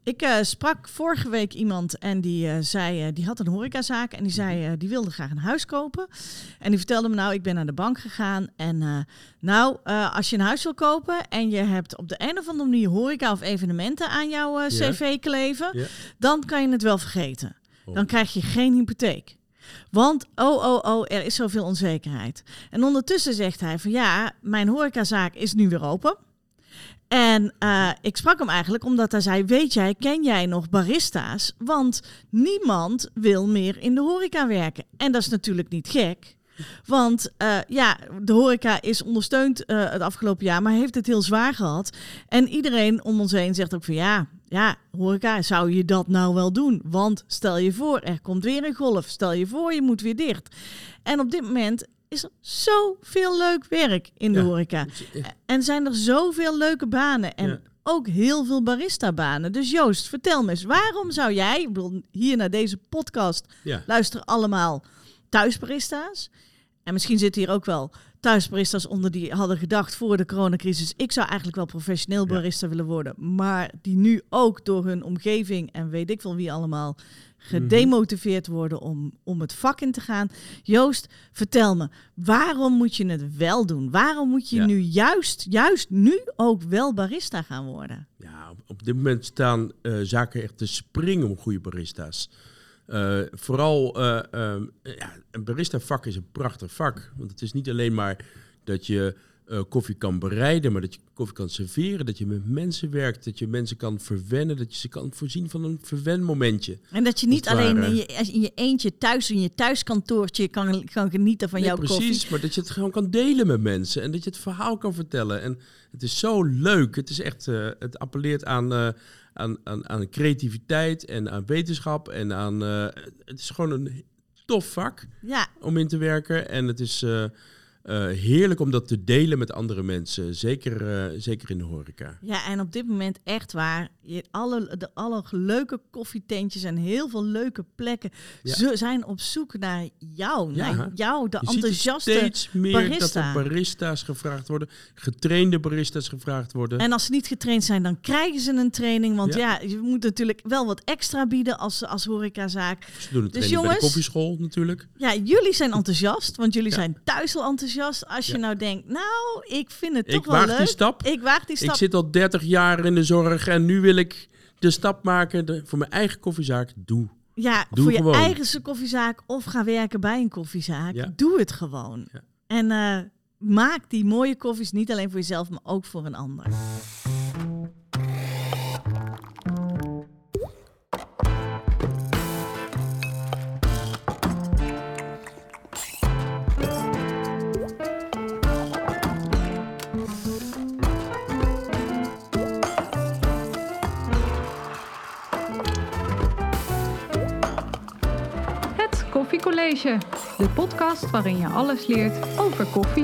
Ik sprak vorige week iemand en die zei, die had een horecazaak en die zei, die wilde graag een huis kopen. En die vertelde me ik ben naar de bank gegaan en als je een huis wil kopen en je hebt op de een of andere manier horeca of evenementen aan jouw cv kleven, dan kan je het wel vergeten. Dan krijg je geen hypotheek. Want, er is zoveel onzekerheid. En ondertussen zegt hij van mijn horecazaak is nu weer open. En ik sprak hem eigenlijk omdat hij zei, ken jij nog barista's? Want niemand wil meer in de horeca werken. En dat is natuurlijk niet gek. Want de horeca is ondersteund het afgelopen jaar, maar heeft het heel zwaar gehad. En iedereen om ons heen zegt ook van horeca, zou je dat nou wel doen? Want stel je voor, er komt weer een golf. Stel je voor, je moet weer dicht. En op dit moment is er zoveel leuk werk in de horeca. En zijn er zoveel leuke banen. En ook heel veel barista-banen. Dus Joost, vertel me eens, waarom zou jij, ik bedoel, hier naar deze podcast luisteren allemaal thuisbarista's. En misschien zitten hier ook wel thuisbaristas onder die hadden gedacht voor de coronacrisis, ik zou eigenlijk wel professioneel barista willen worden. Maar die nu ook door hun omgeving en weet ik wel wie allemaal gedemotiveerd worden om het vak in te gaan. Joost, vertel me, waarom moet je het wel doen? Waarom moet je nu juist nu ook wel barista gaan worden? Ja, op dit moment staan zaken echt te springen om goede barista's. Vooral een barista-vak is een prachtig vak. Want het is niet alleen maar dat je koffie kan bereiden, maar dat je koffie kan serveren, dat je met mensen werkt, dat je mensen kan verwennen, dat je ze kan voorzien van een verwenmomentje. En dat je niet alleen in je eentje thuis, in je thuiskantoortje kan genieten van jouw koffie. Precies, maar dat je het gewoon kan delen met mensen en dat je het verhaal kan vertellen. En het is zo leuk. Het is echt, het appelleert aan creativiteit en aan wetenschap en aan. Het is gewoon een tof vak om in te werken en het is heerlijk om dat te delen met andere mensen, zeker in de horeca. Ja, en op dit moment echt waar, alle leuke koffietentjes en heel veel leuke plekken zijn op zoek naar jou, de enthousiaste steeds meer barista. Dat er barista's gevraagd worden, getrainde barista's gevraagd worden. En als ze niet getraind zijn, dan krijgen ze een training, want je moet natuurlijk wel wat extra bieden als horecazaak. Ze doen een training bij de koffieschool natuurlijk. Ja, jullie zijn enthousiast, want jullie zijn thuis al enthousiast. Als je nou denkt, ik vind het toch wel leuk. Ik waag die stap. Ik zit al 30 jaar in de zorg en nu wil ik de stap maken voor mijn eigen koffiezaak. Doe voor gewoon. Je eigen koffiezaak of ga werken bij een koffiezaak. Ja. Doe het gewoon. Ja. En maak die mooie koffies niet alleen voor jezelf, maar ook voor een ander. Koffiecollege, de podcast waarin je alles leert over koffie.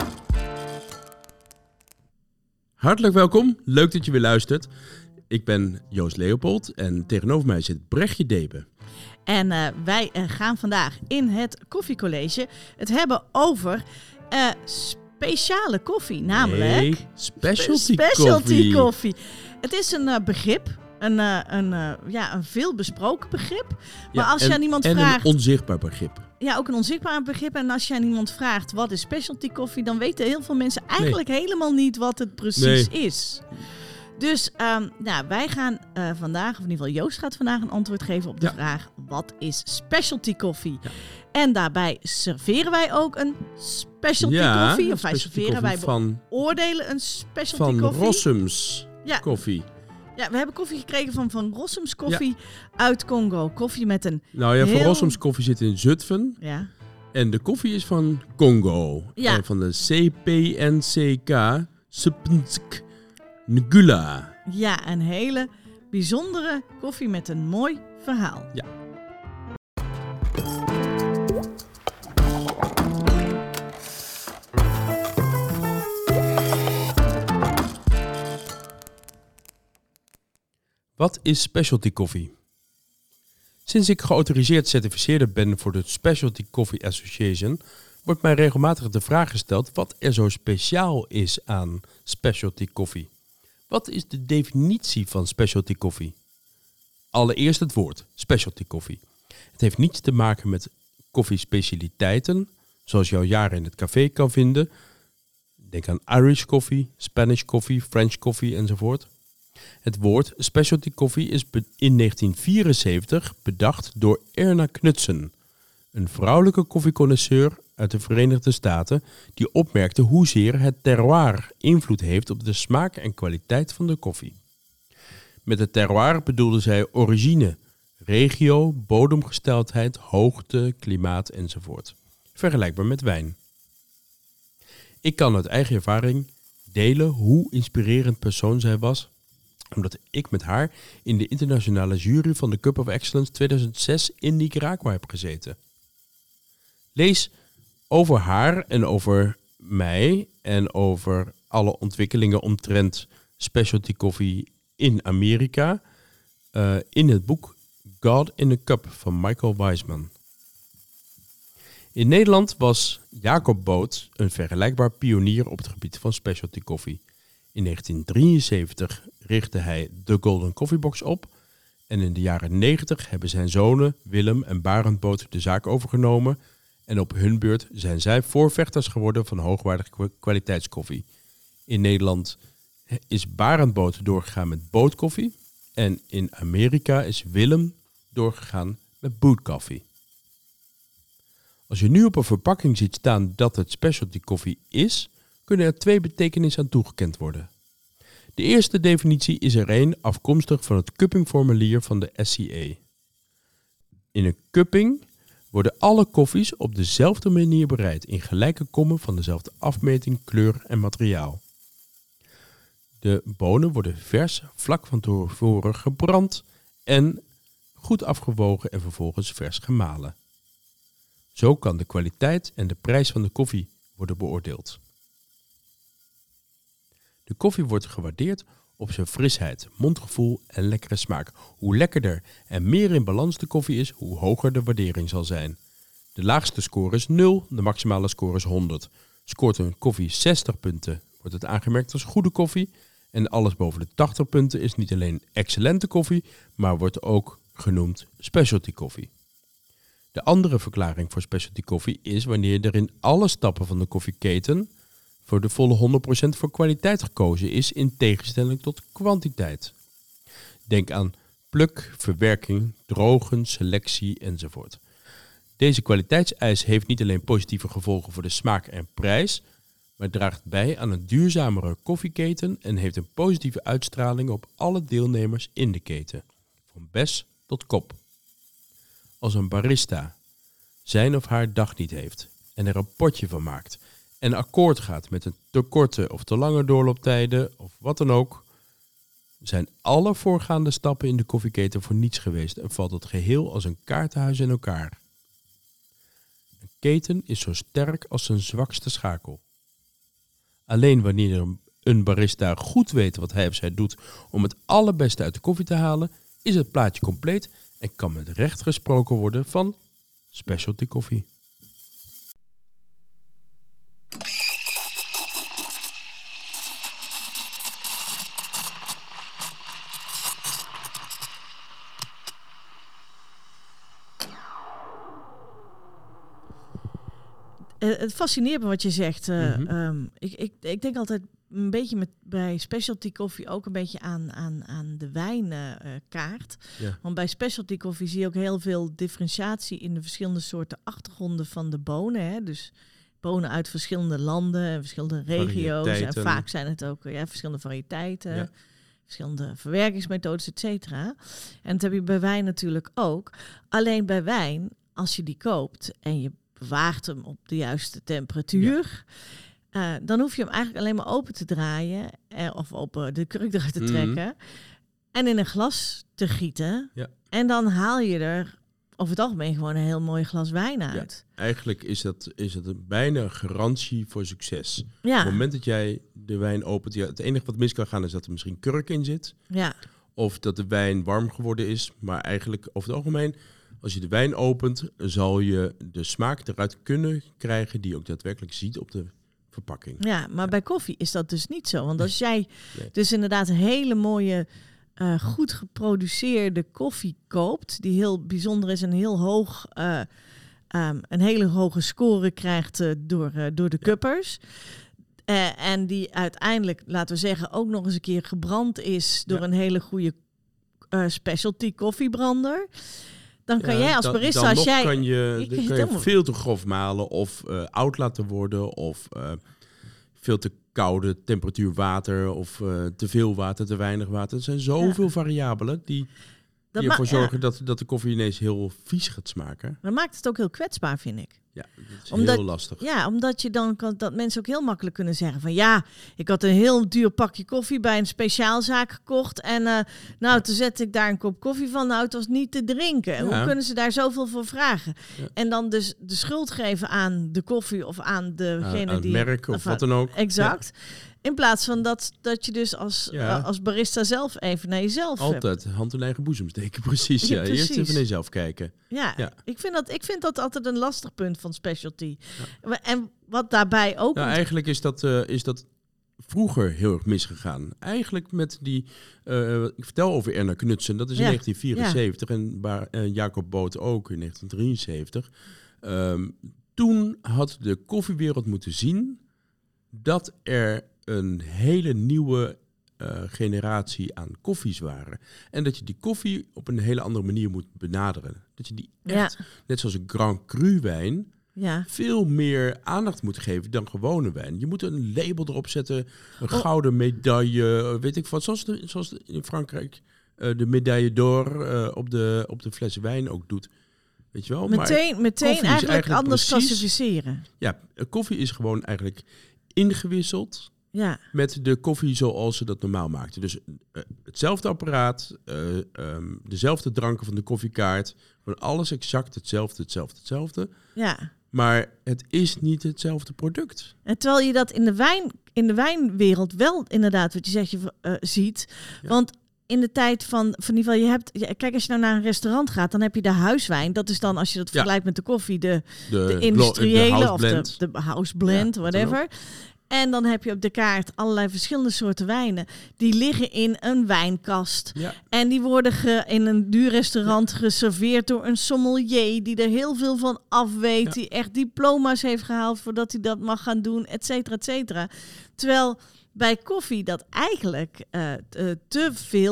Hartelijk welkom, leuk dat je weer luistert. Ik ben Joost Leopold en tegenover mij zit Brechtje Debe. En wij gaan vandaag in het koffiecollege het hebben over speciale koffie, namelijk specialty koffie. Het is een begrip. Een veel besproken begrip. Maar als je aan iemand vraagt. Een onzichtbaar begrip. Ja, ook een onzichtbaar begrip. En als je aan iemand vraagt wat is specialty koffie, dan weten heel veel mensen eigenlijk helemaal niet wat het precies is. Dus wij gaan vandaag, of in ieder geval Joost gaat vandaag een antwoord geven op de vraag: wat is specialty koffie? Ja. En daarbij serveren wij ook een specialty koffie. Of wij beoordelen een specialty koffie. Van Rossums koffie. Ja, we hebben koffie gekregen van Rossums koffie uit Congo. Koffie met een van Rossums koffie zit in Zutphen. Ja. En de koffie is van Congo. Ja. En van de CPNCK Sipnsk Ngula. Ja, een hele bijzondere koffie met een mooi verhaal. Ja. Wat is specialty koffie? Sinds ik geautoriseerd certificeerder ben voor de Specialty Coffee Association, wordt mij regelmatig de vraag gesteld wat er zo speciaal is aan specialty koffie. Wat is de definitie van specialty koffie? Allereerst het woord, specialty koffie. Het heeft niets te maken met koffiespecialiteiten, zoals jouw jaren in het café kan vinden. Denk aan Irish koffie, Spanish koffie, French koffie enzovoort. Het woord specialty koffie is in 1974 bedacht door Erna Knudsen, een vrouwelijke koffieconnoisseur uit de Verenigde Staten die opmerkte hoezeer het terroir invloed heeft op de smaak en kwaliteit van de koffie. Met het terroir bedoelde zij origine, regio, bodemgesteldheid, hoogte, klimaat enzovoort. Vergelijkbaar met wijn. Ik kan uit eigen ervaring delen hoe inspirerend persoon zij was, omdat ik met haar in de internationale jury van de Cup of Excellence 2006 in Nicaragua heb gezeten. Lees over haar en over mij en over alle ontwikkelingen omtrent specialty koffie in Amerika in het boek God in a Cup van Michael Wiseman. In Nederland was Jacob Boot een vergelijkbaar pionier op het gebied van specialty koffie. In 1973 richtte hij de Golden Coffee Box op en in de jaren 90 hebben zijn zonen Willem en Barend Boot de zaak overgenomen en op hun beurt zijn zij voorvechters geworden van hoogwaardige kwaliteitskoffie. In Nederland is Barend Boot doorgegaan met bootkoffie en in Amerika is Willem doorgegaan met boot coffee. Als je nu op een verpakking ziet staan dat het specialty koffie is, kunnen er 2 betekenissen aan toegekend worden. De eerste definitie is er een afkomstig van het cuppingformulier van de SCA. In een cupping worden alle koffies op dezelfde manier bereid in gelijke kommen van dezelfde afmeting, kleur en materiaal. De bonen worden vers, vlak van tevoren gebrand en goed afgewogen en vervolgens vers gemalen. Zo kan de kwaliteit en de prijs van de koffie worden beoordeeld. De koffie wordt gewaardeerd op zijn frisheid, mondgevoel en lekkere smaak. Hoe lekkerder en meer in balans de koffie is, hoe hoger de waardering zal zijn. De laagste score is 0, de maximale score is 100. Scoort een koffie 60 punten, wordt het aangemerkt als goede koffie. En alles boven de 80 punten is niet alleen excellente koffie, maar wordt ook genoemd specialty koffie. De andere verklaring voor specialty koffie is wanneer er in alle stappen van de koffieketen voor de volle 100% voor kwaliteit gekozen is in tegenstelling tot kwantiteit. Denk aan pluk, verwerking, drogen, selectie enzovoort. Deze kwaliteitseis heeft niet alleen positieve gevolgen voor de smaak en prijs, maar draagt bij aan een duurzamere koffieketen en heeft een positieve uitstraling op alle deelnemers in de keten, van bes tot kop. Als een barista zijn of haar dag niet heeft en er een potje van maakt en akkoord gaat met een te korte of te lange doorlooptijden of wat dan ook, zijn alle voorgaande stappen in de koffieketen voor niets geweest en valt het geheel als een kaartenhuis in elkaar. Een keten is zo sterk als zijn zwakste schakel. Alleen wanneer een barista goed weet wat hij of zij doet om het allerbeste uit de koffie te halen, is het plaatje compleet en kan met recht gesproken worden van specialty koffie. Het fascineert me wat je zegt. Ik denk altijd een beetje bij specialty koffie ook een beetje aan de wijnkaart. Ja. Want bij specialty koffie zie je ook heel veel differentiatie in de verschillende soorten achtergronden van de bonen. Hè? Dus bonen uit verschillende landen en verschillende regio's. En vaak zijn het ook verschillende variëteiten, verschillende verwerkingsmethodes, et cetera. En dat heb je bij wijn natuurlijk ook. Alleen bij wijn, als je die koopt en je bewaart hem op de juiste temperatuur, dan hoef je hem eigenlijk alleen maar open te draaien of op de kurk eruit te trekken en in een glas te gieten. Ja. En dan haal je er over het algemeen gewoon een heel mooi glas wijn uit. Ja, eigenlijk is dat bijna een garantie voor succes. Ja. Op het moment dat jij de wijn opent, het enige wat mis kan gaan is dat er misschien kurk in zit. Ja. Of dat de wijn warm geworden is. Maar eigenlijk over het algemeen, als je de wijn opent, zal je de smaak eruit kunnen krijgen die je ook daadwerkelijk ziet op de verpakking. Ja, maar bij koffie is dat dus niet zo. Want als jij dus inderdaad een hele mooie goed geproduceerde koffie koopt, die heel bijzonder is en heel hoog, een hele hoge score krijgt door de cuppers. En die uiteindelijk, laten we zeggen, ook nog eens een keer gebrand is door een hele goede specialty koffiebrander. Dan kan jij als barista, dan als jij... kan je veel te grof malen of oud laten worden of veel te koude temperatuur water of te veel water, te weinig water. Er zijn zoveel variabelen die ervoor zorgen dat de koffie ineens heel vies gaat smaken. Dat maakt het ook heel kwetsbaar, vind ik. Ja, dat is heel lastig. Ja, omdat je dan dat mensen ook heel makkelijk kunnen zeggen van ja, ik had een heel duur pakje koffie bij een speciaalzaak gekocht en toen zette ik daar een kop koffie van. Nou, het was niet te drinken. Hoe kunnen ze daar zoveel voor vragen? Ja. En dan dus de schuld geven aan de koffie of aan degene aan die... het merk of wat dan ook. Exact. Ja. In plaats van dat je dus als barista zelf even naar jezelf... Altijd hand in eigen boezem steken, precies. Ja, precies. Eerst even naar jezelf kijken. Ja. Ik vind dat altijd een lastig punt van specialty. Ja. En wat daarbij ook... Nou, eigenlijk is dat vroeger heel erg misgegaan. Eigenlijk met die... ik vertel over Erna Knudsen, dat is in 1974 en Jacob Boot ook in 1973. Toen had de koffiewereld moeten zien dat er een hele nieuwe generatie aan koffies waren. En dat je die koffie op een hele andere manier moet benaderen. Dat je die echt, net zoals een Grand Cru wijn, veel meer aandacht moet geven dan gewone wijn. Je moet een label erop zetten, een gouden medaille, weet ik wat. Zoals in Frankrijk de medaille d'or op de fles wijn ook doet. Weet je wel? Meteen eigenlijk anders klassificeren. Ja, koffie is gewoon eigenlijk ingewisseld met de koffie zoals ze dat normaal maakten. Dus hetzelfde apparaat, dezelfde dranken van de koffiekaart, gewoon alles exact hetzelfde. Ja. Maar het is niet hetzelfde product. En terwijl je dat in de wijnwereld wel inderdaad, wat je zegt, ziet. Ja. Want in de tijd van in ieder geval, kijk, als je nou naar een restaurant gaat, dan heb je de huiswijn. Dat is dan, als je dat vergelijkt met de koffie, de industriële of de house blend, whatever. En dan heb je op de kaart allerlei verschillende soorten wijnen. Die liggen in een wijnkast. Ja. En die worden in een duur restaurant geserveerd door een sommelier die er heel veel van af weet. Die echt diploma's heeft gehaald voordat hij dat mag gaan doen, et cetera, et cetera. Terwijl bij koffie dat eigenlijk te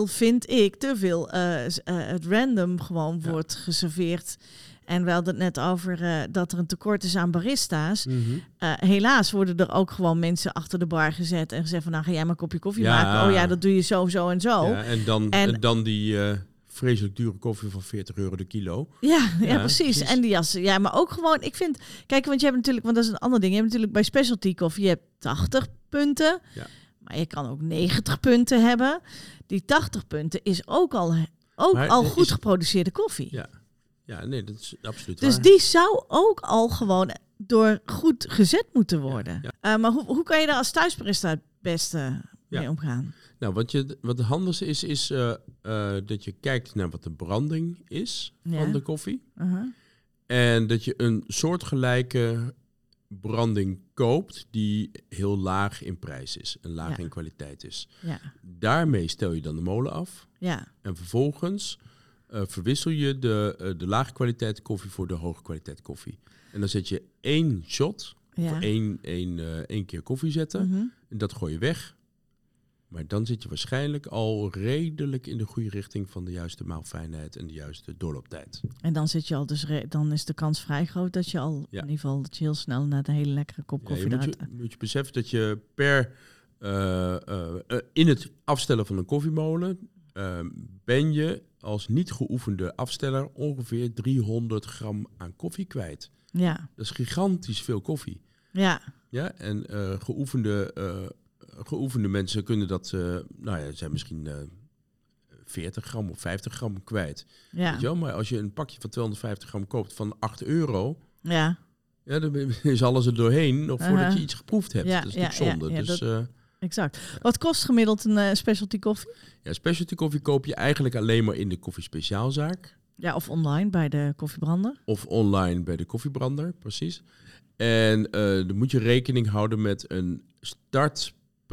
veel het random gewoon wordt geserveerd. En we hadden het net over dat er een tekort is aan barista's. Mm-hmm. Helaas worden er ook gewoon mensen achter de bar gezet en gezegd van nou ga jij maar een kopje koffie maken. Oh ja, dat doe je zo en zo. Ja, en dan die vreselijk dure koffie van €40 de kilo. Ja, precies. En die jassen. Maar ook gewoon, ik vind, kijk, want je hebt natuurlijk, want dat is een ander ding. Je hebt natuurlijk bij specialty koffie, je hebt 80 punten. Ja. Maar je kan ook 90 punten hebben. Die 80 punten is ook al goed geproduceerde koffie. Ja, nee, dat is absoluut dus waar. Die zou ook al gewoon door goed gezet moeten worden. Ja. Maar hoe kan je daar als thuisbarista het beste mee omgaan? Nou, wat het handigste is dat je kijkt naar wat de branding is van de koffie. Uh-huh. En dat je een soortgelijke branding koopt die heel laag in prijs is en laag in kwaliteit is. Ja. Daarmee stel je dan de molen af. Ja. En vervolgens verwissel je de lage kwaliteit koffie voor de hoge kwaliteit koffie. En dan zet je 1 shot, of één keer koffie zetten. Mm-hmm. En dat gooi je weg. Maar dan zit je waarschijnlijk al redelijk in de goede richting van de juiste maalfijnheid en de juiste doorlooptijd. En dan zit je al dan is de kans vrij groot dat je al in ieder geval dat je heel snel naar de hele lekkere kop koffie moet je beseffen dat je in het afstellen van een koffiemolen ben je als niet geoefende afsteller ongeveer 300 gram aan koffie kwijt. Ja. Dat is gigantisch veel koffie. Ja. Ja, en geoefende mensen kunnen dat, zijn misschien 40 gram of 50 gram kwijt. Ja. Weet je wel? Maar als je een pakje van 250 gram koopt van €8, dan is alles er doorheen nog voordat je iets geproefd hebt. Ja, dat is natuurlijk zonde. Dus, exact. Ja. Wat kost gemiddeld een specialty koffie? Ja, specialty koffie koop je eigenlijk alleen maar in de koffiespeciaalzaak. Ja, of online bij de koffiebrander. Of online bij de koffiebrander, precies. En dan moet je rekening houden met een startprijs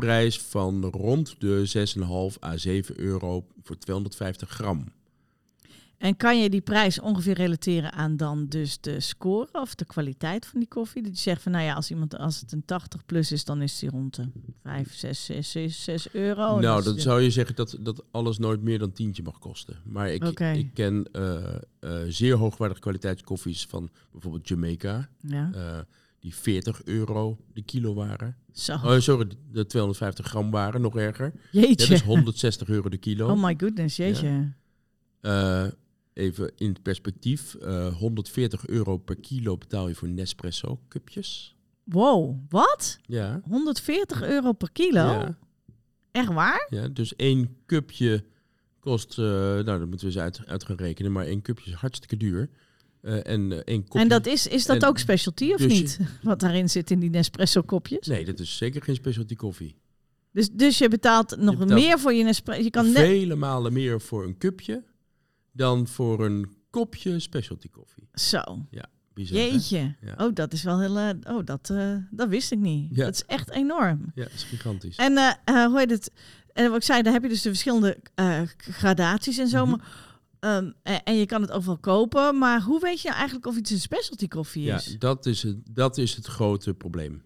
prijs van rond de 6,5 à 7 euro voor 250 gram. En kan je die prijs ongeveer relateren aan dan dus de score of de kwaliteit van die koffie? Dat je zegt van, nou ja, als het een 80 plus is, dan is die rond de 5, 6 euro. Nou, dan zou je zeggen dat alles nooit meer dan tientje mag kosten. Maar ik ken zeer hoogwaardige kwaliteitskoffies van bijvoorbeeld Jamaica. Ja. Die 40 euro de kilo waren. Zo. Oh, sorry, de 250 gram waren, nog erger. Jeetje. Dat is 160 euro de kilo. Oh my goodness, jeetje. Ja. Even in het perspectief. 140 euro per kilo betaal je voor Nespresso cupjes. Wow, wat? Ja. 140 euro per kilo? Ja. Echt waar? Ja, dus 1 cupje kost, nou dat moeten we eens uit gaan rekenen, maar 1 cupje is hartstikke duur. En 1 kopje... En dat is dat ook specialty of dus niet? Wat daarin zit in die Nespresso kopjes? Nee, dat is zeker geen specialty koffie. Dus je betaalt nog meer voor je Nespresso? Je kan vele malen meer voor een cupje dan voor een kopje specialty koffie. Zo. Ja, bizar. Jeetje. Ja. Oh, dat is wel heel... dat wist ik niet. Ja. Dat is echt enorm. Ja, dat is gigantisch. En hoe heet het? En wat ik zei, daar heb je dus de verschillende gradaties en zo. Mm-hmm. En je kan het overal kopen. Maar hoe weet je nou eigenlijk of iets een specialty koffie is? Ja, dat is het grote probleem.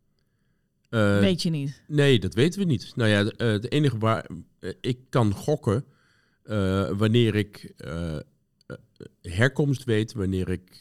Weet je niet? Nee, dat weten we niet. Nou ja, het enige waar ik kan gokken, wanneer ik herkomst weet, wanneer ik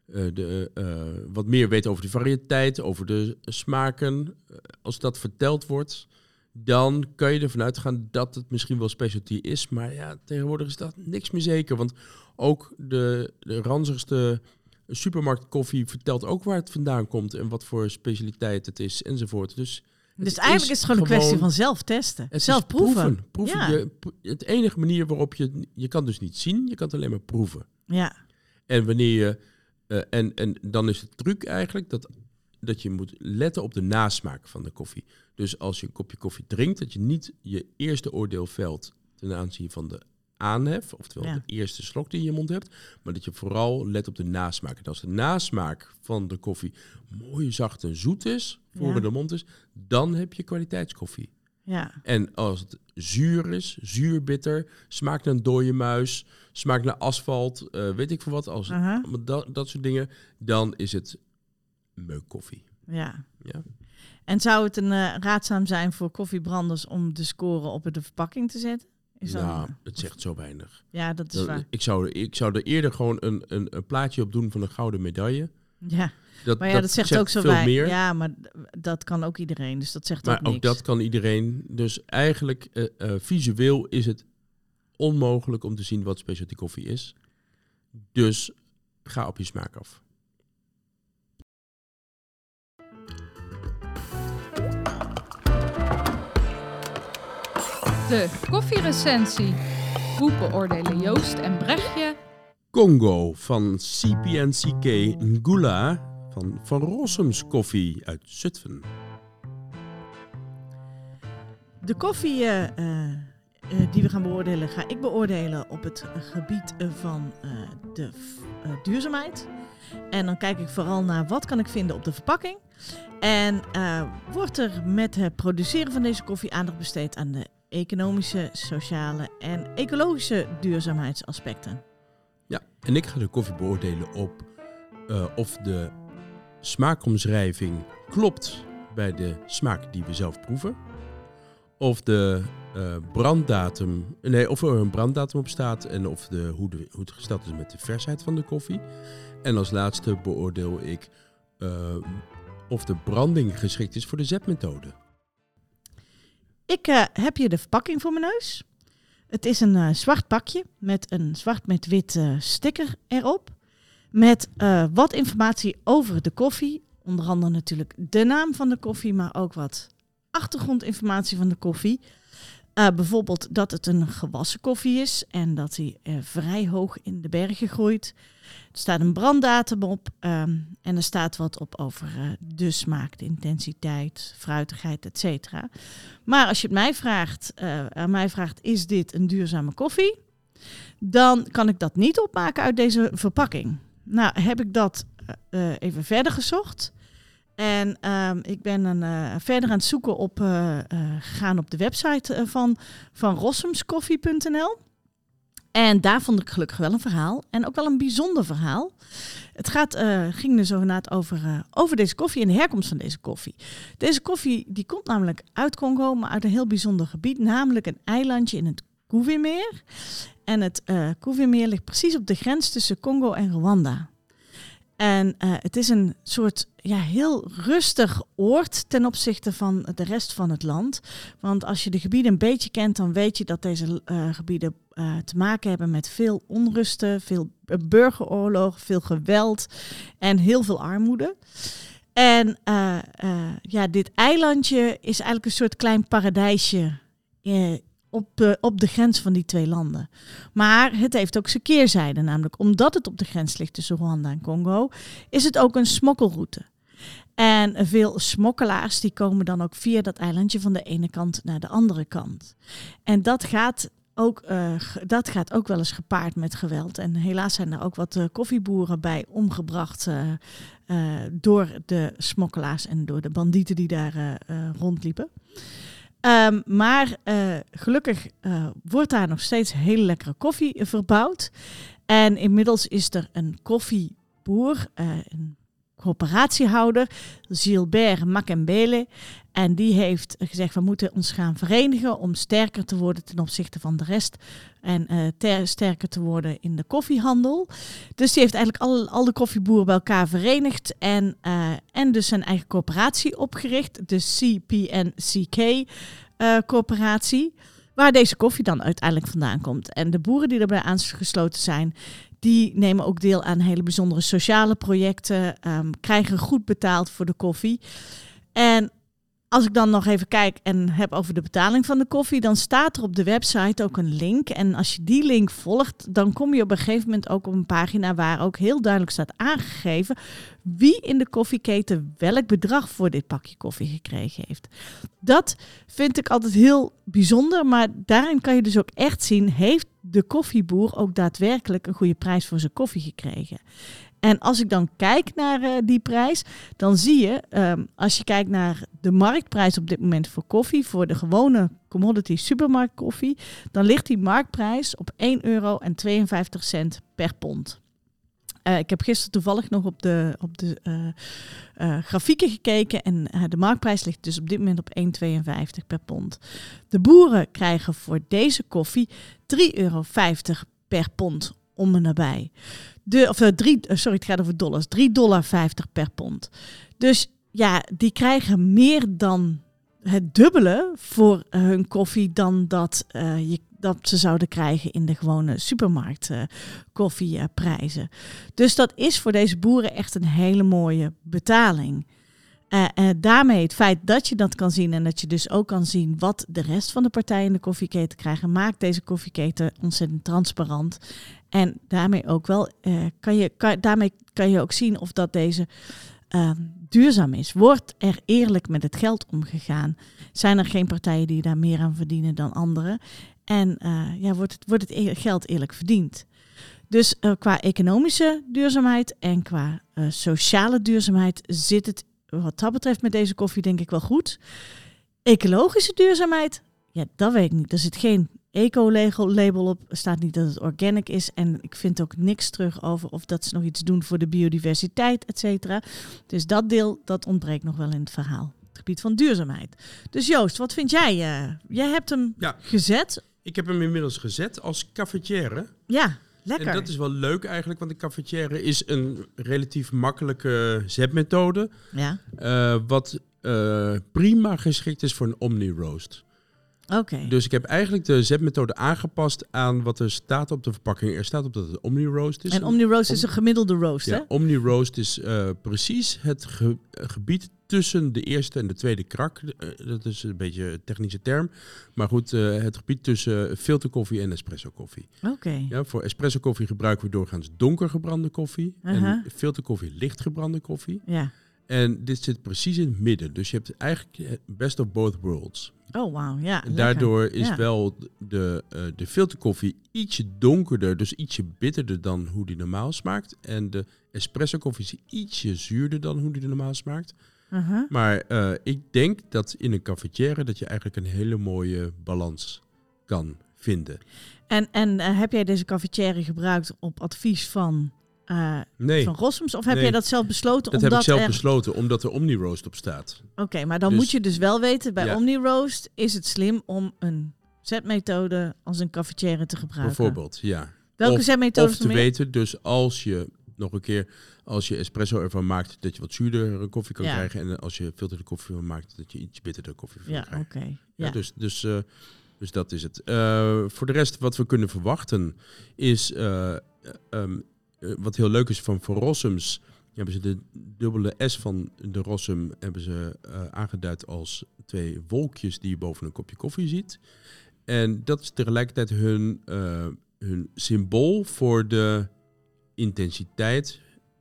wat meer weet over de variëteit, over de smaken. Als dat verteld wordt, dan kan je ervan uitgaan dat het misschien wel specialty is. Maar ja, tegenwoordig is dat niks meer zeker. Want ook de ranzigste supermarktkoffie vertelt ook waar het vandaan komt en wat voor specialiteit het is enzovoort. Dus eigenlijk is het gewoon een kwestie van zelf testen. Zelf proeven. Ja. Het enige manier waarop je kan dus niet zien, je kan het alleen maar proeven. Ja. En wanneer je en dan is het truc eigenlijk dat je moet letten op de nasmaak van de koffie. Dus als je een kopje koffie drinkt, dat je niet je eerste oordeel velt ten aanzien van de aanhef, oftewel de eerste slok die je in je mond hebt, maar dat je vooral let op de nasmaak. En als de nasmaak van de koffie mooi zacht en zoet is, voor in de mond is, dan heb je kwaliteitskoffie. Ja. En als het zuur is, zuurbitter, smaakt naar een dode muis, smaakt naar asfalt, weet ik veel wat, dat soort dingen, dan is het meukkoffie. Ja. Ja. En zou het een raadzaam zijn voor koffiebranders om de score op de verpakking te zetten? Het zegt zo weinig. Ja, dat is waar. Ik zou er eerder gewoon een plaatje op doen van een gouden medaille. Ja, dat zegt ook zo veel meer. Ja, maar dat kan ook iedereen, dus dat zegt ook niks. Maar ook dat kan iedereen. Dus eigenlijk visueel is het onmogelijk om te zien wat specialty koffie is. Dus ga op je smaak af. De koffierecensie. Hoe beoordelen Joost en Brechtje Congo van CPNCK Ngula van Rossums Koffie uit Zutphen. De koffie die we gaan beoordelen, ga ik beoordelen op het gebied van de duurzaamheid. En dan kijk ik vooral naar wat kan ik vinden op de verpakking. En wordt er met het produceren van deze koffie aandacht besteed aan de economische, sociale en ecologische duurzaamheidsaspecten. Ja, en ik ga de koffie beoordelen op of de smaakomschrijving klopt bij de smaak die we zelf proeven. Of de of er een branddatum op staat en hoe het gesteld is met de versheid van de koffie. En als laatste beoordeel ik of de branding geschikt is voor de zetmethode. Ik heb hier de verpakking voor mijn neus. Het is een zwart pakje met een zwart met wit sticker erop. Met wat informatie over de koffie. Onder andere natuurlijk de naam van de koffie, maar ook wat achtergrondinformatie van de koffie. Bijvoorbeeld dat het een gewassen koffie is en dat hij vrij hoog in de bergen groeit. Er staat een branddatum op en er staat wat op over de smaak, de intensiteit, fruitigheid, etc. Maar als je aan mij vraagt, is dit een duurzame koffie? Dan kan ik dat niet opmaken uit deze verpakking. Nou, heb ik dat even verder gezocht. En ik ben verder aan het zoeken gegaan op de website van rossumskoffie.nl. En daar vond ik gelukkig wel een verhaal. En ook wel een bijzonder verhaal. Het ging dus inderdaad over deze koffie en de herkomst van deze koffie. Deze koffie die komt namelijk uit Congo, maar uit een heel bijzonder gebied. Namelijk een eilandje in het Koevimeer. En het Koevimeer ligt precies op de grens tussen Congo en Rwanda. En het is een soort heel rustig oord ten opzichte van de rest van het land. Want als je de gebieden een beetje kent, dan weet je dat deze gebieden te maken hebben met veel onrusten, veel burgeroorlog, veel geweld en heel veel armoede. En dit eilandje is eigenlijk een soort klein paradijsje op de grens van die twee landen. Maar het heeft ook zijn keerzijde, namelijk omdat het op de grens ligt tussen Rwanda en Congo, is het ook een smokkelroute. En veel smokkelaars die komen dan ook via dat eilandje van de ene kant naar de andere kant. En dat gaat ook wel eens gepaard met geweld. En helaas zijn er ook wat koffieboeren bij omgebracht door de smokkelaars en door de bandieten die daar rondliepen. Maar gelukkig wordt daar nog steeds hele lekkere koffie verbouwd. En inmiddels is er een koffieboer, een coöperatiehouder, Gilbert Makembele. En die heeft gezegd, we moeten ons gaan verenigen om sterker te worden ten opzichte van de rest. En sterker te worden in de koffiehandel. Dus die heeft eigenlijk al de koffieboeren bij elkaar verenigd. En dus zijn eigen coöperatie opgericht. De CPNCK coöperatie. Waar deze koffie dan uiteindelijk vandaan komt. En de boeren die erbij aangesloten zijn, die nemen ook deel aan hele bijzondere sociale projecten. Krijgen goed betaald voor de koffie. En als ik dan nog even kijk en heb over de betaling van de koffie, dan staat er op de website ook een link. En als je die link volgt, dan kom je op een gegeven moment ook op een pagina waar ook heel duidelijk staat aangegeven wie in de koffieketen welk bedrag voor dit pakje koffie gekregen heeft. Dat vind ik altijd heel bijzonder, maar daarin kan je dus ook echt zien, heeft de koffieboer ook daadwerkelijk een goede prijs voor zijn koffie gekregen. En als ik dan kijk naar die prijs, dan zie je, als je kijkt naar de marktprijs op dit moment voor koffie, voor de gewone commodity supermarktkoffie, dan ligt die marktprijs op €1,52 per pond. Ik heb gisteren toevallig nog op de grafieken gekeken en de marktprijs ligt dus op dit moment op €1,52 per pond. De boeren krijgen voor deze koffie €3,50 per pond om en nabij. Het gaat over dollars. $3,50 per pond. Dus ja, die krijgen meer dan het dubbele voor hun koffie dan dat ze zouden krijgen in de gewone supermarkt koffieprijzen. Dus dat is voor deze boeren echt een hele mooie betaling. Daarmee het feit dat je dat kan zien en dat je dus ook kan zien wat de rest van de partijen in de koffieketen krijgen, maakt deze koffieketen ontzettend transparant. En daarmee ook wel kan je ook zien of dat deze duurzaam is. Wordt er eerlijk met het geld omgegaan? Zijn er geen partijen die daar meer aan verdienen dan anderen? En wordt het geld eerlijk verdiend? Dus qua economische duurzaamheid en qua sociale duurzaamheid zit het wat dat betreft met deze koffie denk ik wel goed. Ecologische duurzaamheid? Ja, dat weet ik niet. Er zit geen eco-label op. Er staat niet dat het organic is. En ik vind ook niks terug over of dat ze nog iets doen voor de biodiversiteit, et cetera. Dus dat deel, dat ontbreekt nog wel in het verhaal. Het gebied van duurzaamheid. Dus Joost, wat vind jij? Jij hebt hem gezet. Ik heb hem inmiddels gezet als cafetière. Ja, lekker. En dat is wel leuk eigenlijk, want de cafetière is een relatief makkelijke zetmethode. Ja. Wat prima geschikt is voor een omni-roast. Oké. Dus ik heb eigenlijk de zetmethode aangepast aan wat er staat op de verpakking. Er staat op dat het omni-roast is. En omni-roast is een gemiddelde roast, hè? Ja, omni-roast is precies het gebied tussen de eerste en de tweede krak. Dat is een beetje een technische term. Maar goed, het gebied tussen filterkoffie en espresso koffie. Oké. Ja, voor espresso koffie gebruiken we doorgaans donker gebrande koffie. En filterkoffie licht gebrande koffie. Ja. En dit zit precies in het midden. Dus je hebt eigenlijk best of both worlds. Oh, wauw. Ja, en daardoor is wel de filterkoffie ietsje donkerder, dus ietsje bitterder dan hoe die normaal smaakt. En de espresso koffie is ietsje zuurder dan hoe die normaal smaakt. Maar ik denk dat in een cafetière dat je eigenlijk een hele mooie balans kan vinden. En heb jij deze cafetière gebruikt op advies van Rossums? Of heb jij dat zelf besloten? Dat heb ik zelf besloten, omdat er Omni-Roast op staat. Oké, maar dan moet je dus wel weten, bij Omni-Roast is het slim om een zetmethode als een cafetière te gebruiken. Bijvoorbeeld, ja. Welke zetmethode? Of te weten, dus als je espresso ervan maakt, dat je wat zuurder koffie kan krijgen. En als je filterde koffie van maakt, dat je iets bitterder koffie van krijgt. Okay. Ja, dus dat is het. Voor de rest, wat we kunnen verwachten, is wat heel leuk is van Rossums. Hebben ze de dubbele S van de Rossum aangeduid als 2 wolkjes die je boven een kopje koffie ziet. En dat is tegelijkertijd hun symbool voor de intensiteit.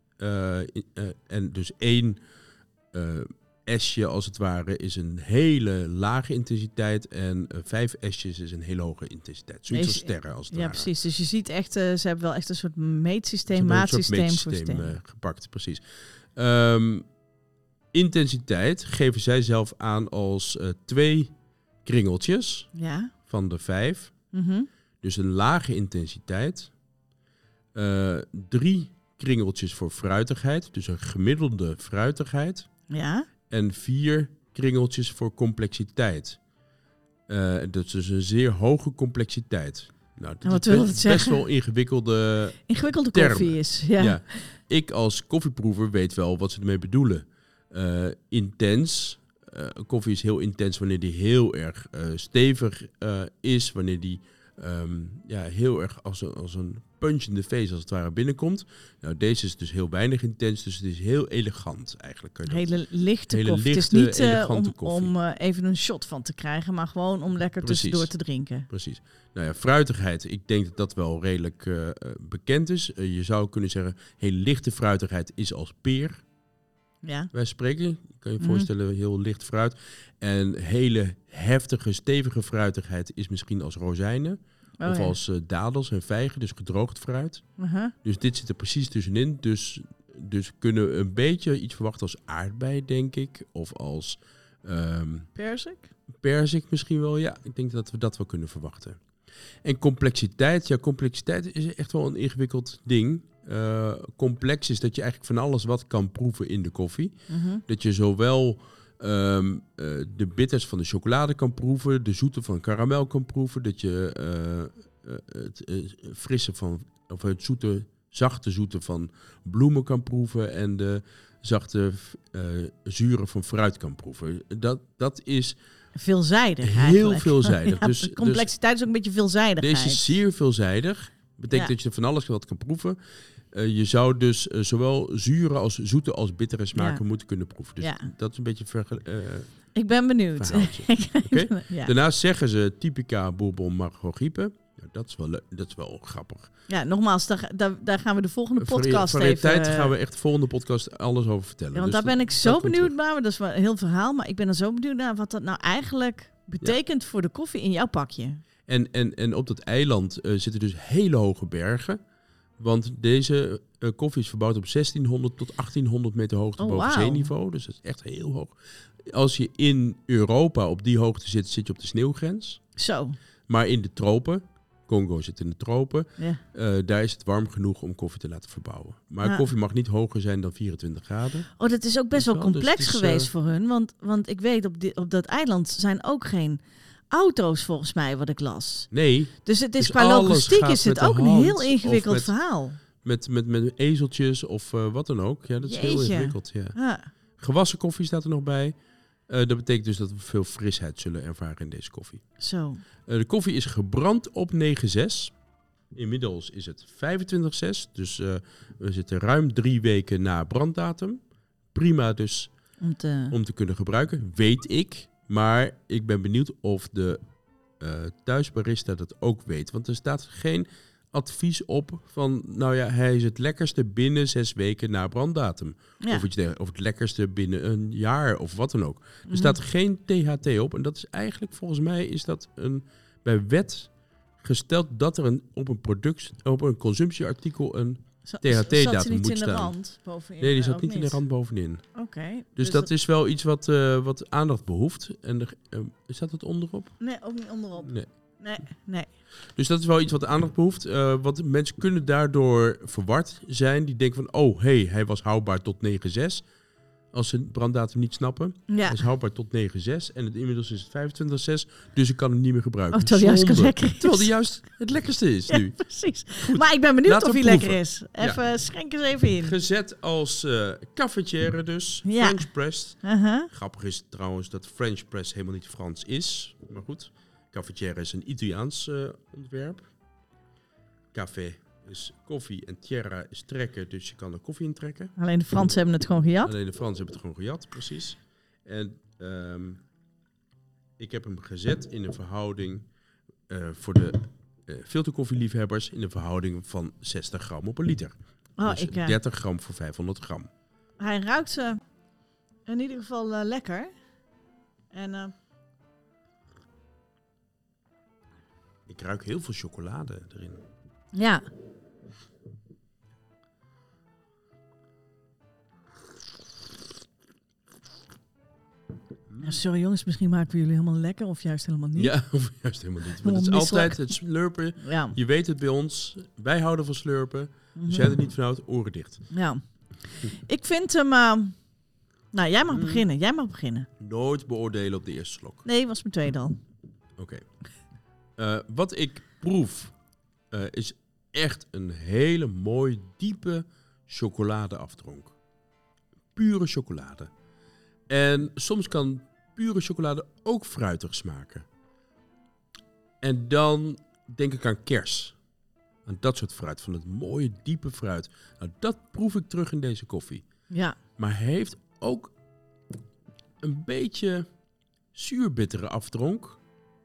En dus 1 S'je als het ware is een hele lage intensiteit en 5 S'jes is een hele hoge intensiteit. Zoiets als sterren als het ware. Ja, precies. Dus je ziet echt, ze hebben wel echt een soort maatsysteem gepakt, precies. Intensiteit geven zij zelf aan als 2 kringeltjes van de 5. Mm-hmm. Dus een lage intensiteit. 3 kringeltjes voor fruitigheid, dus een gemiddelde fruitigheid. Ja. En 4 kringeltjes voor complexiteit. Dat is dus een zeer hoge complexiteit. Nou, dat is best wel ingewikkelde koffie is. Ja. Ik als koffieproever weet wel wat ze ermee bedoelen. Intens. Koffie is heel intens wanneer die heel erg stevig is. Wanneer die heel erg als een punch in de face als het ware binnenkomt. Nou, deze is dus heel weinig intens, dus het is heel elegant eigenlijk. Hele lichte koffie. Het is niet om even een shot van te krijgen, maar gewoon om lekker tussendoor te drinken. Precies. Nou ja, fruitigheid. Ik denk dat dat wel redelijk bekend is. Je zou kunnen zeggen, hele lichte fruitigheid is als peer. Ja. Wij spreken, je kan je voorstellen, heel licht fruit. En hele heftige, stevige fruitigheid is misschien als rozijnen. Of als dadels en vijgen, dus gedroogd fruit. Dus dit zit er precies tussenin. Dus kunnen we een beetje iets verwachten als aardbei, denk ik. Of als... Perzik? Perzik misschien wel, ja. Ik denk dat we dat wel kunnen verwachten. En complexiteit. Ja, complexiteit is echt wel een ingewikkeld ding. Complex is dat je eigenlijk van alles wat kan proeven in de koffie. Dat je zowel... de bitters van de chocolade kan proeven, de zoete van karamel kan proeven, dat je het frisse of het zachte zoete van bloemen kan proeven en de zachte zure van fruit kan proeven. Dat is veelzijdig eigenlijk. Heel veelzijdig. Ja, dus complexiteit is ook een beetje veelzijdigheid. Deze is zeer veelzijdig. Betekent dat je van alles wat kan proeven. Je zou dus zowel zure als zoete als bittere smaken moeten kunnen proeven. Dus dat is een beetje ik ben benieuwd. Okay. Daarnaast zeggen ze typica bourbon margaripe. Ja, dat is wel grappig. Ja, nogmaals, daar gaan we de volgende podcast gaan we echt de volgende podcast alles over vertellen. Ja, want daar ben ik zo benieuwd naar. Dat is wel een heel verhaal, maar ik ben er zo benieuwd naar wat dat nou eigenlijk betekent voor de koffie in jouw pakje. En op dat eiland zitten dus hele hoge bergen. Want deze koffie is verbouwd op 1600 tot 1800 meter hoogte boven zeeniveau. Dus dat is echt heel hoog. Als je in Europa op die hoogte zit, zit je op de sneeuwgrens. Zo. Maar in de tropen, Congo zit in de tropen, daar is het warm genoeg om koffie te laten verbouwen. Maar koffie mag niet hoger zijn dan 24 graden. Oh, dat is ook best wel complex geweest voor hun. Want ik weet, op dat eiland zijn ook geen auto's volgens mij, wat ik las. Nee. Dus het is qua logistiek is het ook een heel ingewikkeld verhaal. Met ezeltjes of wat dan ook. Ja, dat is heel ingewikkeld. Ja. Gewassen koffie staat er nog bij. Dat betekent dus dat we veel frisheid zullen ervaren in deze koffie. Zo. De koffie is gebrand op 9,6. Inmiddels is het 25,6. Dus we zitten ruim 3 weken na branddatum. Prima dus om te kunnen gebruiken, weet ik. Maar ik ben benieuwd of de thuisbarista dat ook weet. Want er staat geen advies op van... nou ja, hij is het lekkerste binnen 6 weken na branddatum. Ja. Of het lekkerste binnen een jaar of wat dan ook. Er staat geen THT op. En dat is eigenlijk, volgens mij, is dat bij wet gesteld... dat er op een consumptieartikel een THT-datum zat ze niet moet in de staan. rand bovenin? Nee, die zat ook niet in de rand bovenin. Oké. Dus dat is wel iets wat aandacht behoeft. En staat het onderop? Nee, ook niet onderop. Nee. Dus dat is wel iets wat aandacht behoeft. Want mensen kunnen daardoor verward zijn. Die denken van, hij was houdbaar tot 9/6. Als ze het branddatum niet snappen. Ja. Hij is houdbaar tot 9/6. En inmiddels is het 25/6. Dus ik kan hem niet meer gebruiken. Terwijl hij juist lekker is. Terwijl hij juist het lekkerste is nu. Ja, precies. Goed. Maar ik ben benieuwd Laten of we hij proeven. lekker is. Even schenk eens even in. Gezet als cafetière dus. Ja. French pressed. Uh-huh. Grappig is trouwens dat French press helemaal niet Frans is. Maar goed. Cafetière is een Italiaans ontwerp. Café is koffie en terra is trekken, dus je kan er koffie in trekken. Alleen de Fransen hebben het gewoon gejat. Alleen de Fransen hebben het gewoon gejat, precies. En ik heb hem gezet in een verhouding voor de filterkoffieliefhebbers in een verhouding van 60 gram op een liter. Dus 30 gram voor 500 gram. Hij ruikt in ieder geval lekker. En ik ruik heel veel chocolade erin. ja. Sorry jongens, misschien maken we jullie helemaal lekker of juist helemaal niet. Ja, of juist helemaal niet. Maar Helemaal het is misselijk. altijd het slurpen. Ja. Je weet het bij ons. Wij houden van slurpen. Mhm. Dus jij er niet van houdt, oren dicht. Ja. Ik vind hem... nou, jij mag beginnen. Jij mag beginnen. Nooit beoordelen op de eerste slok. Nee, was mijn tweede al. Oké. Wat ik proef is echt een hele mooi, diepe chocoladeafdronk. Pure chocolade. En soms kan pure chocolade ook fruitig smaken. En dan denk ik aan kers. Aan dat soort fruit, van het mooie, diepe fruit. Nou, dat proef ik terug in deze koffie. Ja. Maar hij heeft ook een beetje zuurbittere afdronk.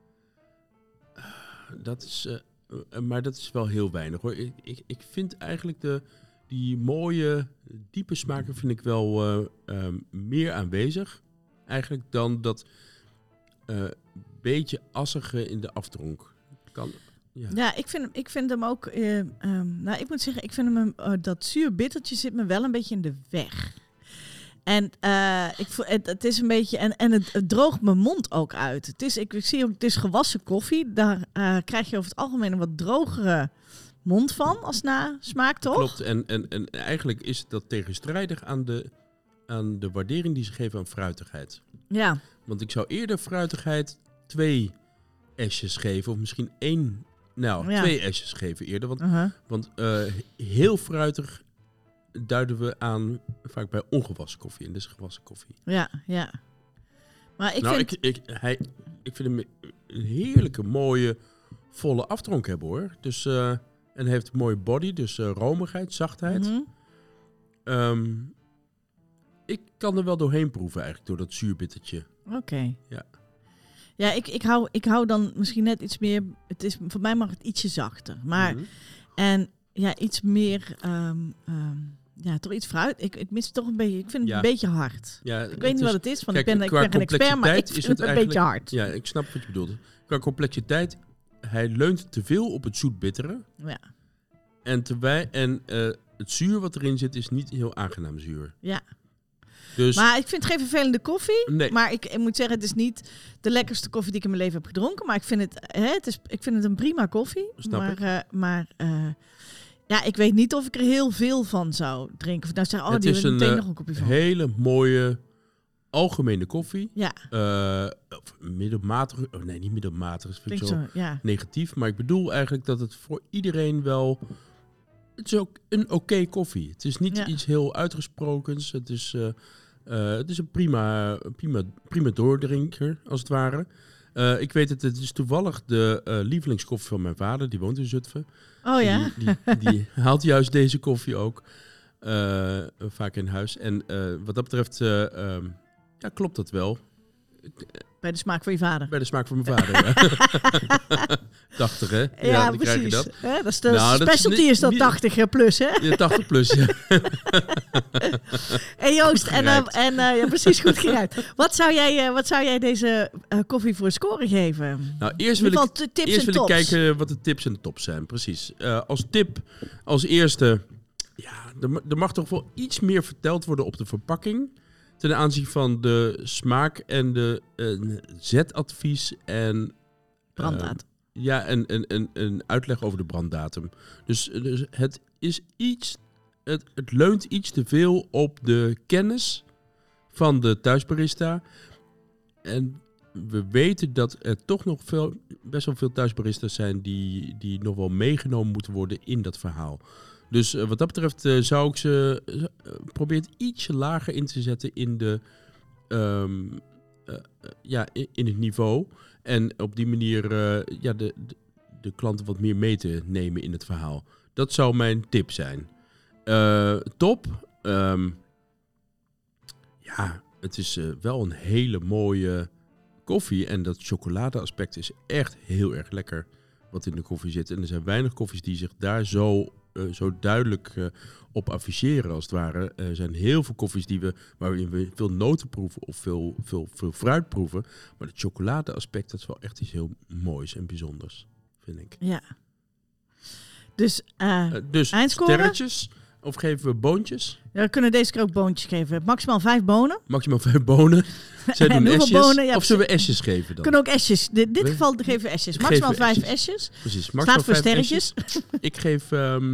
Maar dat is wel heel weinig hoor. Ik vind eigenlijk die mooie, diepe smaken vind ik wel meer aanwezig. Eigenlijk dan dat beetje assige in de afdronk. Ja, ik vind hem ook... nou, ik moet zeggen, ik vind hem... dat zuurbittertje zit me wel een beetje in de weg. En het is een beetje... En het droogt mijn mond ook uit. Ik zie ook, het is gewassen koffie. Daar krijg je over het algemeen een wat drogere mond van als nasmaak, toch? Klopt. En eigenlijk is dat tegenstrijdig aan de waardering die ze geven aan fruitigheid. Ja. Want ik zou eerder fruitigheid 2 esjes geven. Of misschien 2 esjes geven eerder. Want heel fruitig duiden we aan vaak bij ongewassen koffie. En dit is gewassen koffie. Ja. Maar ik vind hem een heerlijke, mooie, volle afdronk hebben hoor. Dus, en hij heeft een mooie body, dus romigheid, zachtheid. Mm-hmm. Ik kan er wel doorheen proeven eigenlijk, door dat zuurbittertje. Oké. Ja. Ja, ik hou dan misschien net iets meer... voor mij mag het ietsje zachter. Maar... Mm-hmm. En ja, iets meer... toch iets fruit. Ik mis het toch een beetje... Ik vind het een beetje hard. Ja, ik weet niet wat het is, want kijk, ik ben geen expert, maar ik vind het een beetje hard. Ja, ik snap wat je bedoelt. Qua complexiteit, hij leunt te veel op het zoet-bittere. Ja. En het zuur wat erin zit, is niet heel aangenaam zuur. Ja. Dus, maar ik vind het geen vervelende koffie. Nee. Maar ik moet zeggen, het is niet de lekkerste koffie die ik in mijn leven heb gedronken. Maar ik vind ik vind het een prima koffie. Ja, ik weet niet of ik er heel veel van zou drinken. Of nou zeg, het is meteen nog een kopje van. Hele mooie, algemene koffie. Ja. Middelmatig. Nee, niet middelmatig. Dat vind ik zo negatief. Maar ik bedoel eigenlijk dat het voor iedereen wel... Het is ook een oké koffie. Het is niet iets heel uitgesprokens. Het is een prima doordrinker, als het ware. Ik weet het is toevallig de lievelingskoffie van mijn vader. Die woont in Zutphen. Oh ja? Die haalt juist deze koffie ook vaak in huis. En wat dat betreft klopt dat wel. Bij de smaak van je vader. Bij de smaak van mijn vader, ja. 80, hè? Ja, dan precies. krijg je dat. Dat is de specialty, is dat 80 plus, hè? Ja, 80 plus, ja. Hey Joost, precies goed geruimd. Wat zou jij deze koffie voor score geven? Nou, eerst wil ik kijken wat de tips en de tops zijn, precies. Als tip, als eerste, Ja, er mag toch wel iets meer verteld worden op de verpakking. Ten aanzien van de smaak en de zetadvies en... Branddatum. En een uitleg over de branddatum. Dus het is iets... Het leunt iets te veel op de kennis van de thuisbarista. En we weten dat er toch nog best wel veel thuisbaristas zijn die nog wel meegenomen moeten worden in dat verhaal. Dus wat dat betreft zou ik ze proberen het ietsje lager in te zetten in in het niveau. En op die manier de klanten wat meer mee te nemen in het verhaal. Dat zou mijn tip zijn. Top. Het is wel een hele mooie koffie. En dat chocoladeaspect is echt heel erg lekker wat in de koffie zit. En er zijn weinig koffies die zich daar zo duidelijk op afficheren als het ware. Er zijn heel veel koffies waarin we veel noten proeven of veel fruit proeven. Maar het chocoladeaspect, dat is wel echt iets heel moois en bijzonders, vind ik. Ja. Dus eindscore? Sterretjes? Of geven we boontjes? Ja, we kunnen deze keer ook boontjes geven. Maximaal 5 bonen. Maximaal 5 bonen. Zij doen esjes. Bonen? Ja, of zullen we esjes geven dan? Kunnen ook esjes. In dit geval geven we esjes. Maximaal 5 esjes. Precies. Staat voor sterretjes. Ik geef...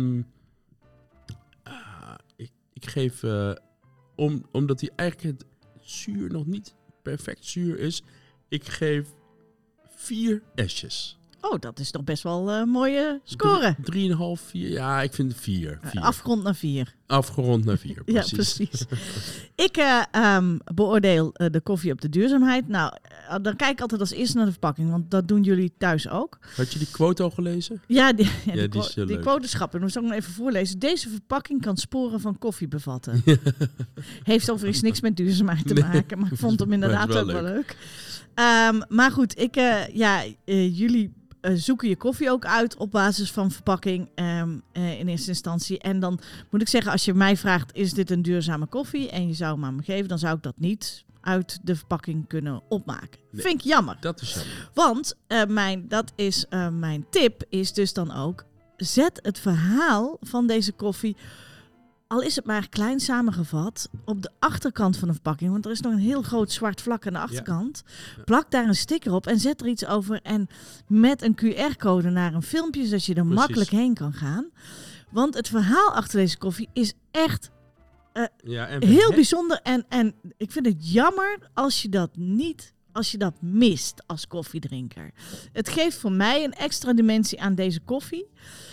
ik geef... omdat hij eigenlijk het zuur nog niet perfect zuur is. Ik geef 4 esjes. Oh, dat is toch best wel een mooie score. 3,5, 4. Ja, ik vind 4. Afgerond naar 4. Afgerond naar 4, precies. Ja, precies. Ik beoordeel de koffie op de duurzaamheid. Nou, dan kijk ik altijd als eerste naar de verpakking, want dat doen jullie thuis ook. Had je die quote al gelezen? Ja, die quote is grappig. Dan zal ik nog even voorlezen. Deze verpakking kan sporen van koffie bevatten. Heeft overigens niks met duurzaamheid te maken, maar ik vond hem inderdaad ook wel leuk. Maar goed, jullie... zoeken je koffie ook uit op basis van verpakking in eerste instantie. En dan moet ik zeggen, als je mij vraagt, is dit een duurzame koffie? En je zou hem aan me geven, dan zou ik dat niet uit de verpakking kunnen opmaken. Nee, vind ik jammer. Dat is jammer. Want mijn tip is dus dan ook, zet het verhaal van deze koffie, al is het maar klein samengevat, op de achterkant van de verpakking. Want er is nog een heel groot zwart vlak aan de achterkant. Ja. Plak daar een sticker op en zet er iets over. En met een QR-code naar een filmpje, zodat je er makkelijk heen kan gaan. Want het verhaal achter deze koffie is echt heel bijzonder. En ik vind het jammer als je dat mist als koffiedrinker. Het geeft voor mij een extra dimensie aan deze koffie.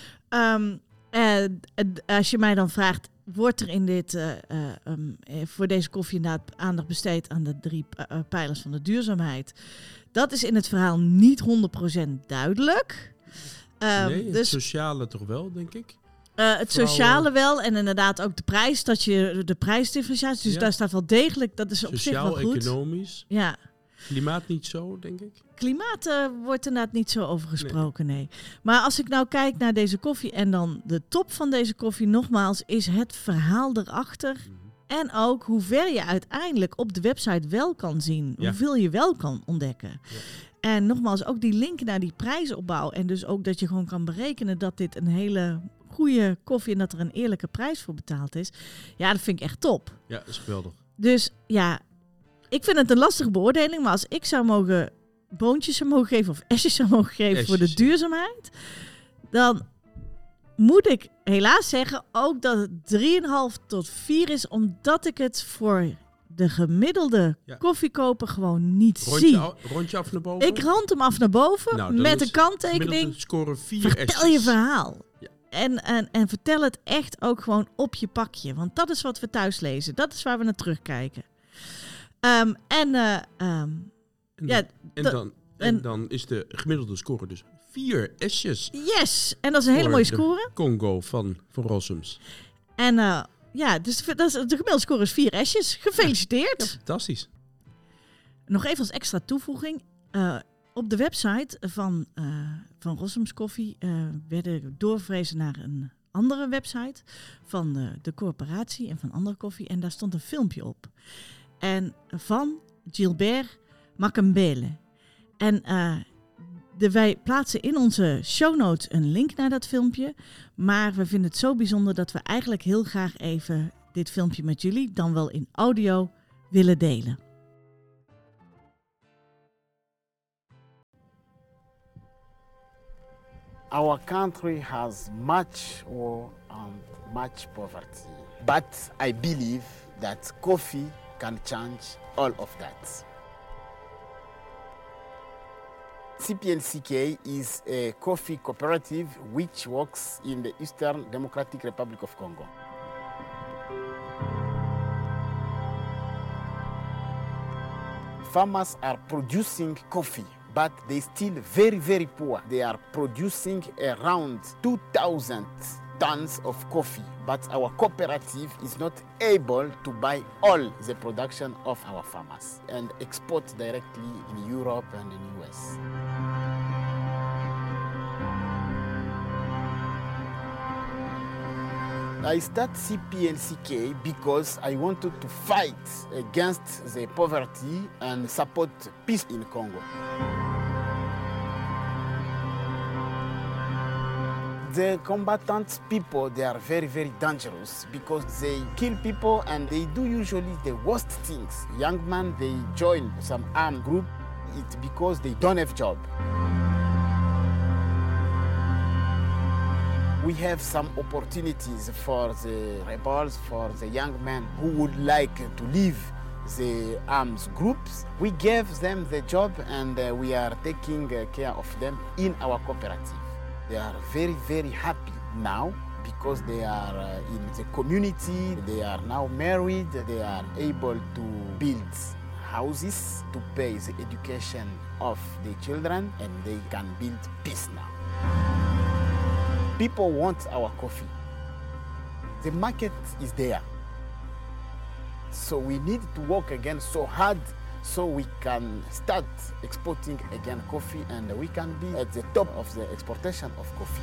Als je mij dan vraagt, wordt er in voor deze koffie inderdaad aandacht besteed aan de 3 pijlers van de duurzaamheid? Dat is in het verhaal niet 100% duidelijk. Het sociale toch wel, denk ik? Het sociale wel en inderdaad ook de prijs, dat je de prijsdifferentiatie. Dus daar staat wel degelijk, dat is op zich wel goed. Sociaal-economisch. Ja. Klimaat niet zo, denk ik? Klimaat wordt inderdaad niet zo over gesproken, nee. Maar als ik nou kijk naar deze koffie en dan de top van deze koffie, nogmaals, is het verhaal erachter. En ook hoe ver je uiteindelijk op de website wel kan zien. Ja. Hoeveel je wel kan ontdekken. Ja. En nogmaals, ook die link naar die prijsopbouw. En dus ook dat je gewoon kan berekenen dat dit een hele goede koffie en dat er een eerlijke prijs voor betaald is. Ja, dat vind ik echt top. Ja, dat is geweldig. Dus ja, ik vind het een lastige beoordeling. Maar als ik zou mogen boontjes zou mogen geven of esjes zou mogen geven voor de duurzaamheid, dan moet ik helaas zeggen ook dat het 3,5 tot 4 is, omdat ik het voor de gemiddelde koffiekoper gewoon niet zie. Rondje af naar boven? Ik rond hem af naar boven met een kanttekening. Scoren 4 vertel esjes. Je verhaal. Ja. En vertel het echt ook gewoon op je pakje. Want dat is wat we thuis lezen. Dat is waar we naar terugkijken. En dan is de gemiddelde score dus 4 esjes. Yes! En dat is een hele mooie score. Congo van Rossums. En dus de gemiddelde score is 4 esjes. Gefeliciteerd! Ja, fantastisch. Nog even als extra toevoeging. Op de website van Rossums Koffie werden doorverwezen naar een andere website van de corporatie en van andere koffie. En daar stond een filmpje op. En van Gilbert Makambele. En Wij plaatsen in onze show notes een link naar dat filmpje. Maar we vinden het zo bijzonder dat we eigenlijk heel graag even dit filmpje met jullie, dan wel in audio, willen delen. Our country has much war and much poverty. But I believe that coffee can change all of that. CPNCK is a coffee cooperative which works in the Eastern Democratic Republic of Congo. Farmers are producing coffee, but they're still very, very poor. They are producing around 2,000 tons of coffee, but our cooperative is not able to buy all the production of our farmers and export directly in Europe and in the US. I started CPNCK because I wanted to fight against the poverty and support peace in Congo. The combatant people, they are very, very dangerous because they kill people and they do usually the worst things. Young men, they join some armed group, it's because they don't have job. We have some opportunities for the rebels, for the young men who would like to leave the arms groups. We gave them the job and we are taking care of them in our cooperative. They are very, very happy now because they are in the community, they are now married, they are able to build houses to pay the education of the children and they can build peace now. People want our coffee. The market is there. So we need to work again so hard so we can start exporting again coffee and we can be at the top of the exportation of coffee.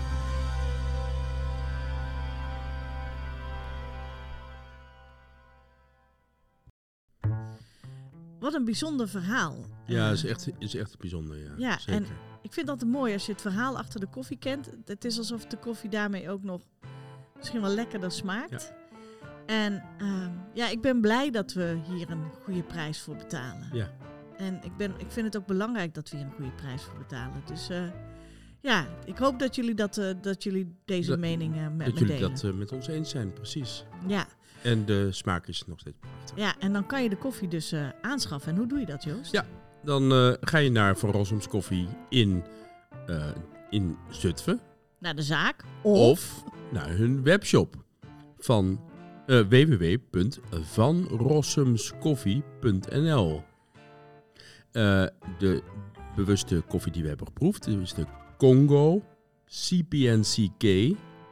Wat een bijzonder verhaal. Ja, is echt bijzonder. Ja, zeker. En ik vind dat mooi als je het verhaal achter de koffie kent. Het is alsof de koffie daarmee ook nog misschien wel lekkerder smaakt. Ja. En ik ben blij dat we hier een goede prijs voor betalen. Ja. En ik vind het ook belangrijk dat we hier een goede prijs voor betalen. Dus ik hoop dat jullie deze mening met me delen. Dat jullie dat met ons eens zijn, precies. Ja. En de smaak is nog steeds prachtig. Ja, en dan kan je de koffie dus aanschaffen. En hoe doe je dat, Joost? Ja, dan ga je naar Van Rossums Koffie in Zutphen. Naar de zaak. Of naar hun webshop van www.vanrossumskoffie.nl. De bewuste koffie die we hebben geproefd is de Congo CPNCK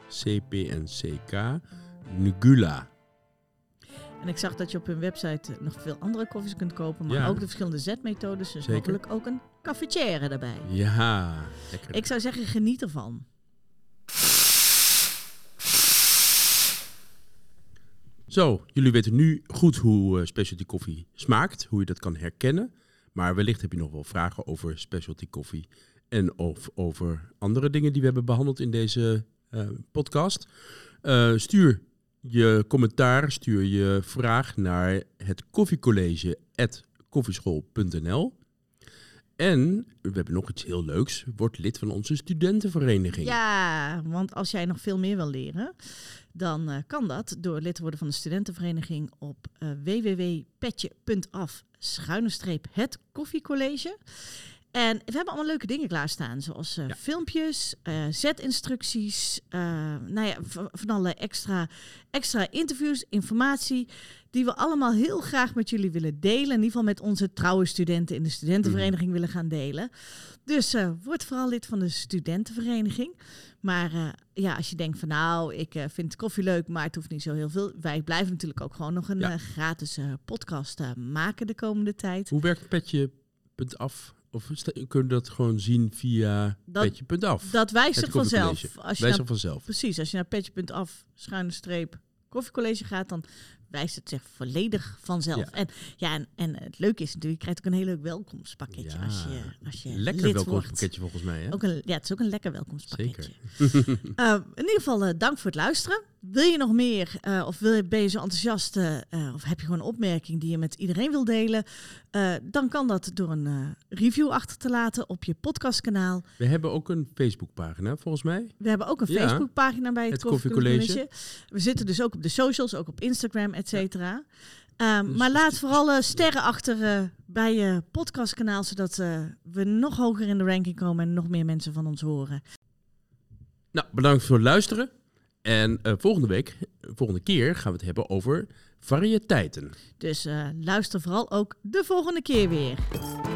Ngula. En ik zag dat je op hun website nog veel andere koffies kunt kopen, maar ook de verschillende zetmethodes. Dus mogelijk ook een cafetière erbij. Ja, lekker. Ik zou zeggen, geniet ervan. Zo, jullie weten nu goed hoe specialty koffie smaakt, hoe je dat kan herkennen. Maar wellicht heb je nog wel vragen over specialty koffie en of over andere dingen die we hebben behandeld in deze podcast. Stuur je commentaar, stuur je vraag naar het koffiecollege@koffieschool.nl. En we hebben nog iets heel leuks. Word lid van onze studentenvereniging. Ja, want als jij nog veel meer wil leren, dan kan dat door lid te worden van de studentenvereniging op www.petje.af/het koffiecollege. En we hebben allemaal leuke dingen klaarstaan, zoals filmpjes, zetinstructies, van allerlei extra interviews, informatie, die we allemaal heel graag met jullie willen delen. In ieder geval met onze trouwe studenten in de studentenvereniging willen gaan delen. Dus word vooral lid van de studentenvereniging. Maar als je denkt van ik vind koffie leuk, maar het hoeft niet zo heel veel. Wij blijven natuurlijk ook gewoon nog een gratis podcast maken de komende tijd. Hoe werkt Petje.af? Of kun je dat gewoon zien via Petje.af? Dat wijst zich vanzelf. Vanzelf. Precies, als je naar Petje.af/koffiecollege gaat, dan wijst het zich volledig vanzelf. Ja. En het leuke is natuurlijk, je krijgt ook een heel leuk welkomstpakketje als je lekker lid welkomstpakketje volgens mij. Hè? Het is ook een lekker welkomstpakketje. Zeker. In ieder geval dank voor het luisteren. Wil je nog meer of ben je zo enthousiast of heb je gewoon een opmerking die je met iedereen wil delen, dan kan dat door een review achter te laten op je podcastkanaal. We hebben ook een Facebookpagina volgens mij. We hebben ook een Facebookpagina bij het Koffiecollege. We zitten dus ook op de socials, ook op Instagram, et cetera. Maar laat vooral sterren achter bij je podcastkanaal, zodat we nog hoger in de ranking komen en nog meer mensen van ons horen. Nou, bedankt voor het luisteren. En volgende keer gaan we het hebben over variëteiten. Dus luister vooral ook de volgende keer weer.